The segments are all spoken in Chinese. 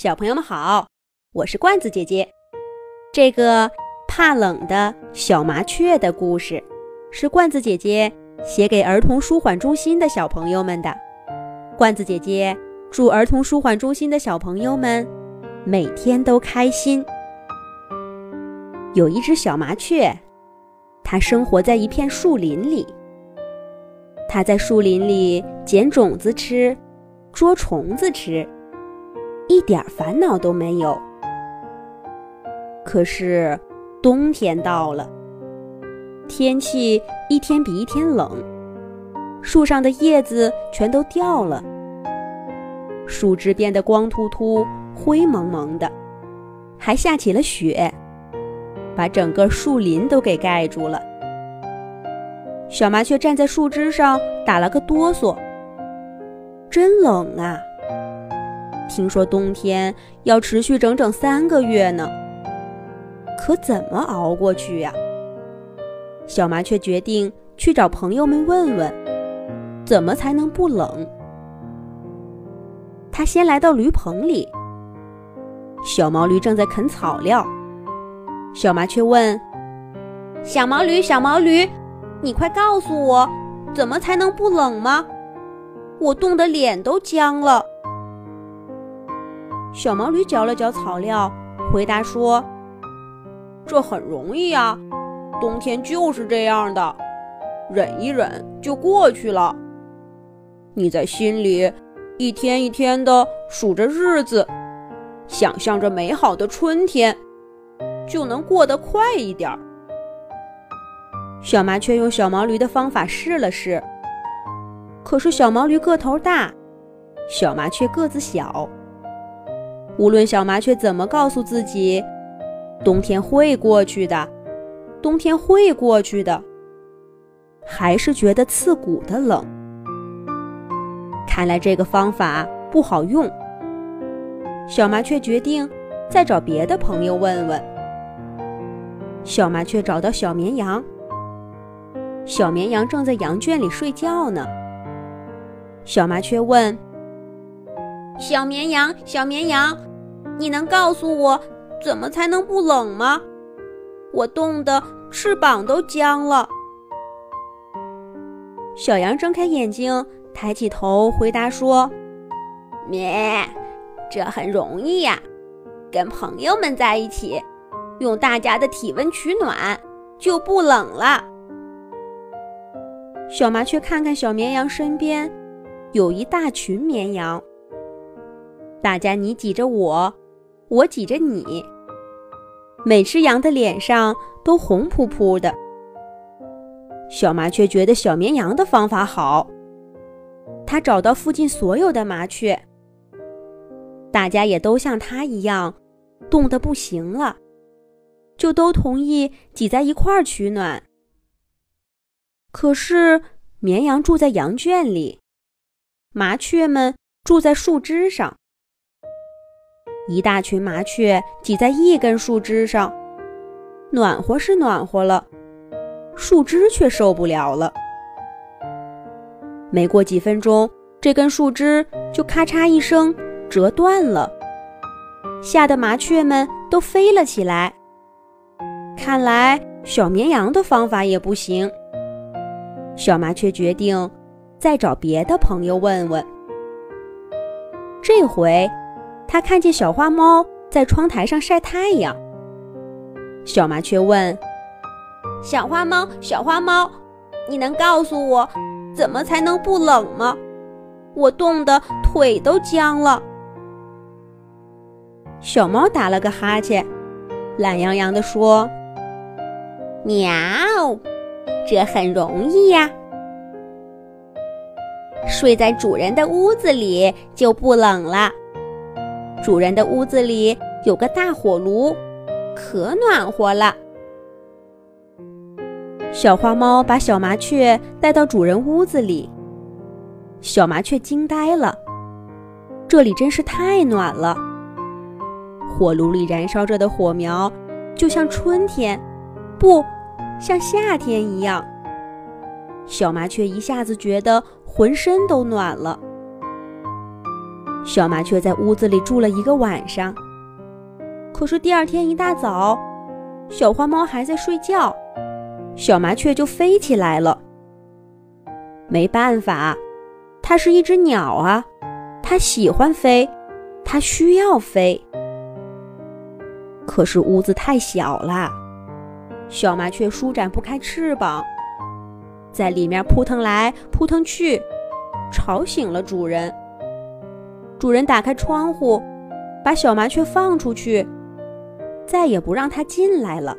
小朋友们好，我是罐子姐姐。这个怕冷的小麻雀的故事，是罐子姐姐写给儿童舒缓中心的小朋友们的。罐子姐姐祝儿童舒缓中心的小朋友们每天都开心。有一只小麻雀，它生活在一片树林里。它在树林里捡种子吃，捉虫子吃，一点烦恼都没有。可是冬天到了，天气一天比一天冷，树上的叶子全都掉了，树枝变得光秃秃、灰蒙蒙的，还下起了雪，把整个树林都给盖住了。小麻雀站在树枝上打了个哆嗦，真冷啊！听说冬天要持续整整3个月呢，可怎么熬过去呀？小麻雀决定去找朋友们问问，怎么才能不冷。他先来到驴棚里，小毛驴正在啃草料。小麻雀问：小毛驴，小毛驴，你快告诉我，怎么才能不冷吗？我冻得脸都僵了。小毛驴嚼了嚼草料，回答说：这很容易呀，冬天就是这样的，忍一忍就过去了。你在心里一天一天地数着日子，想象着美好的春天，就能过得快一点。小麻雀用小毛驴的方法试了试，可是小毛驴个头大，小麻雀个子小。无论小麻雀怎么告诉自己，冬天会过去的，冬天会过去的，还是觉得刺骨的冷。看来这个方法不好用，小麻雀决定再找别的朋友问问。小麻雀找到小绵羊，小绵羊正在羊圈里睡觉呢。小麻雀问：小绵羊，小绵羊，你能告诉我怎么才能不冷吗？我冻得翅膀都僵了。小羊睁开眼睛，抬起头回答说：咩，这很容易呀，跟朋友们在一起，用大家的体温取暖，就不冷了。小麻雀看看小绵羊身边有一大群绵羊，大家你挤着我，我挤着你，每只羊的脸上都红扑扑的。小麻雀觉得小绵羊的方法好，它找到附近所有的麻雀，大家也都像它一样冻得不行了，就都同意挤在一块儿取暖。可是绵羊住在羊圈里，麻雀们住在树枝上。一大群麻雀挤在一根树枝上，暖和是暖和了，树枝却受不了了。没过几分钟，这根树枝就咔嚓一声折断了，吓得麻雀们都飞了起来。看来小绵羊的方法也不行。小麻雀决定再找别的朋友问问。这回他看见小花猫在窗台上晒太阳。小麻雀问：小花猫，小花猫，你能告诉我怎么才能不冷吗？我冻得腿都僵了。小猫打了个哈欠，懒洋洋地说：喵，这很容易呀，睡在主人的屋子里就不冷了。主人的屋子里有个大火炉，可暖和了。小花猫把小麻雀带到主人屋子里，小麻雀惊呆了，这里真是太暖了。火炉里燃烧着的火苗就像春天，不，像夏天一样。小麻雀一下子觉得浑身都暖了。 小麻雀在屋子里住了一个晚上。可是第二天一大早，小花猫还在睡觉，小麻雀就飞起来了。没办法，它是一只鸟啊，它喜欢飞，它需要飞。可是屋子太小了，小麻雀舒展不开翅膀，在里面扑腾来扑腾去，吵醒了主人。主人打开窗户，把小麻雀放出去，再也不让它进来了。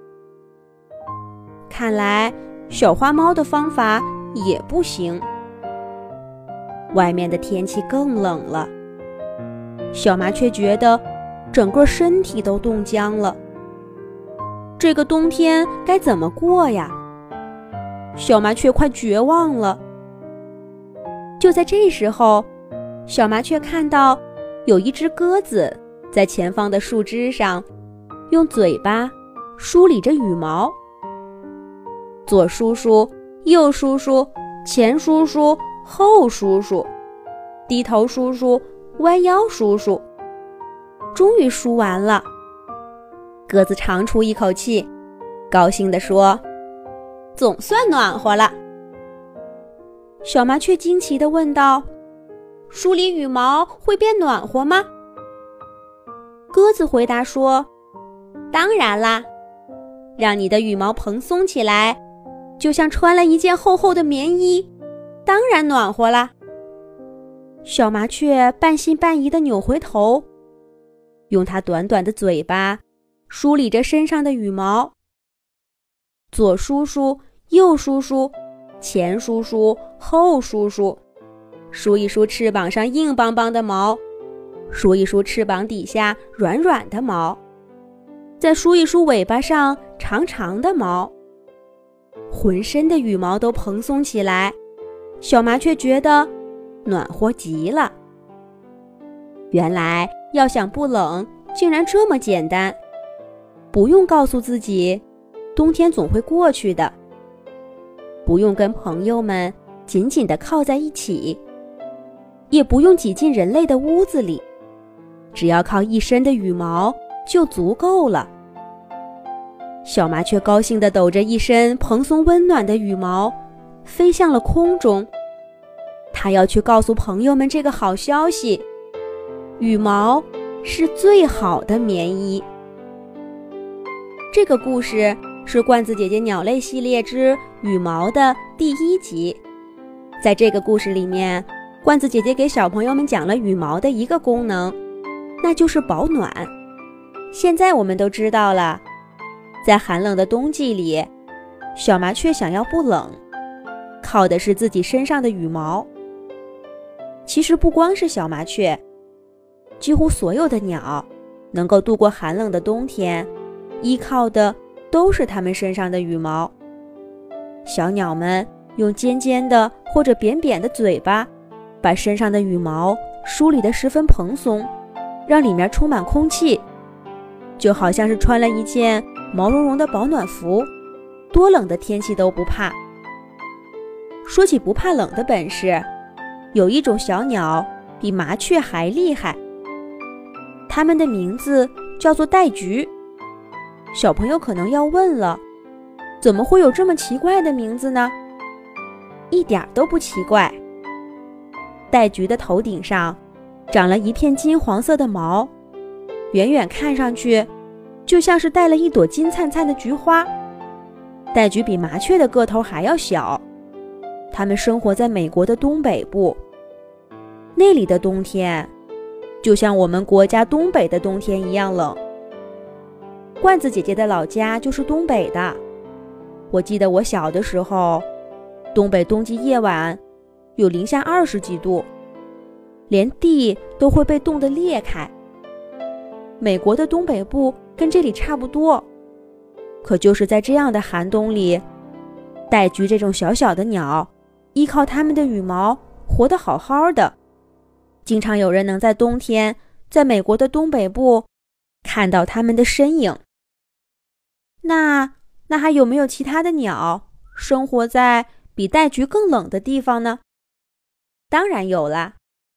看来小花猫的方法也不行。外面的天气更冷了，小麻雀觉得整个身体都冻僵了。这个冬天该怎么过呀？小麻雀快绝望了。就在这时候，小麻雀看到有一只鸽子在前方的树枝上用嘴巴梳理着羽毛，左梳梳，右梳梳，前梳梳，后梳梳，低头梳梳，弯腰梳梳，终于梳完了。鸽子长出一口气，高兴地说：“总算暖和了。”小麻雀惊奇地问道：“梳理羽毛会变暖和吗？”鸽子回答说：“当然啦，让你的羽毛蓬松起来，就像穿了一件厚厚的棉衣，当然暖和啦。”小麻雀半信半疑地扭回头，用它短短的嘴巴梳理着身上的羽毛，左梳梳，右梳梳，前梳梳，后梳梳，梳一梳翅膀上硬邦邦的毛，梳一梳翅膀底下软软的毛，再梳一梳尾巴上长长的毛。浑身的羽毛都蓬松起来，小麻雀觉得暖和极了。原来要想不冷，竟然这么简单，不用告诉自己冬天总会过去的，不用跟朋友们紧紧地靠在一起，也不用挤进人类的屋子里，只要靠一身的羽毛就足够了。小麻雀高兴地抖着一身蓬松温暖的羽毛，飞向了空中。它要去告诉朋友们这个好消息：羽毛是最好的棉衣。这个故事是罐子姐姐鸟类系列之羽毛的第1集。在这个故事里面，罐子姐姐给小朋友们讲了羽毛的一个功能，那就是保暖。现在我们都知道了，在寒冷的冬季里，小麻雀想要不冷，靠的是自己身上的羽毛。其实不光是小麻雀，几乎所有的鸟能够度过寒冷的冬天，依靠的都是它们身上的羽毛。小鸟们用尖尖的或者扁扁的嘴巴，把身上的羽毛梳理得十分蓬松，让里面充满空气，就好像是穿了一件毛茸茸的保暖服，多冷的天气都不怕。说起不怕冷的本事，有一种小鸟比麻雀还厉害，它们的名字叫做戴菊。小朋友可能要问了，怎么会有这么奇怪的名字呢？一点都不奇怪。戴菊的头顶上长了一片金黄色的毛，远远看上去就像是戴了一朵金灿灿的菊花。戴菊比麻雀的个头还要小，它们生活在美国的东北部，那里的冬天就像我们国家东北的冬天一样冷。罐子姐姐的老家就是东北的，我记得我小的时候，东北冬季夜晚有零下20几度，连地都会被冻得裂开。美国的东北部跟这里差不多，可就是在这样的寒冬里，戴菊这种小小的鸟，依靠它们的羽毛活得好好的。经常有人能在冬天在美国的东北部看到它们的身影。那还有没有其他的鸟生活在比戴菊更冷的地方呢？当然有啦。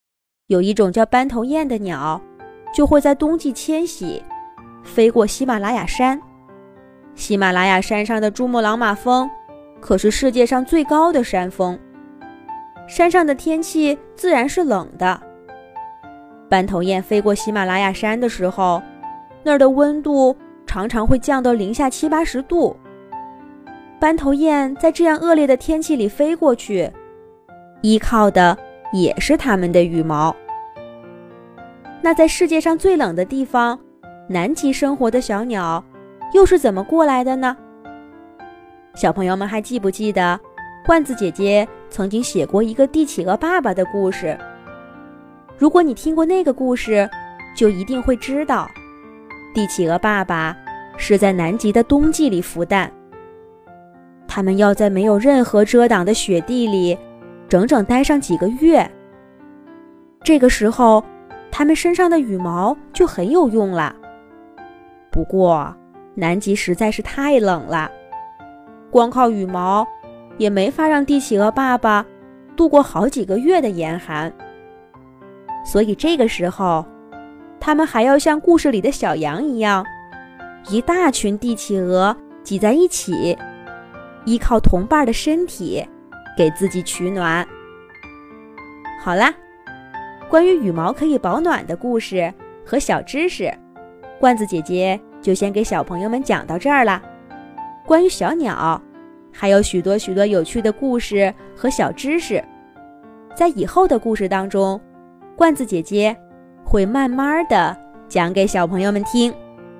有一种叫斑头雁的鸟，就会在冬季迁徙，飞过喜马拉雅山。喜马拉雅山上的珠穆朗玛峰可是世界上最高的山峰，山上的天气自然是冷的。斑头雁飞过喜马拉雅山的时候，那儿的温度常常会降到零下70、80度。斑头雁在这样恶劣的天气里飞过去，依靠的也是它们的羽毛。那在世界上最冷的地方，南极生活的小鸟又是怎么过来的呢？小朋友们还记不记得罐子姐姐曾经写过一个帝企鹅爸爸的故事？如果你听过那个故事，就一定会知道，帝企鹅爸爸是在南极的冬季里孵蛋。他们要在没有任何遮挡的雪地里整整待上几个月。这个时候，他们身上的羽毛就很有用了。不过，南极实在是太冷了，光靠羽毛也没法让帝企鹅爸爸度过好几个月的严寒。所以这个时候，他们还要像故事里的小羊一样，一大群帝企鹅挤在一起，依靠同伴的身体给自己取暖。好啦，关于羽毛可以保暖的故事和小知识，罐子姐姐就先给小朋友们讲到这儿了。关于小鸟，还有许多许多有趣的故事和小知识，在以后的故事当中，罐子姐姐会慢慢的讲给小朋友们听。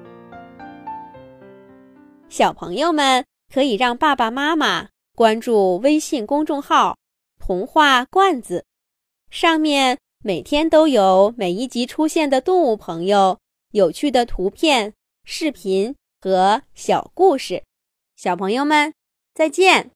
小朋友们可以让爸爸妈妈关注微信公众号童话罐子，上面每天都有每一集出现的动物朋友、有趣的图片、视频和小故事。小朋友们，再见。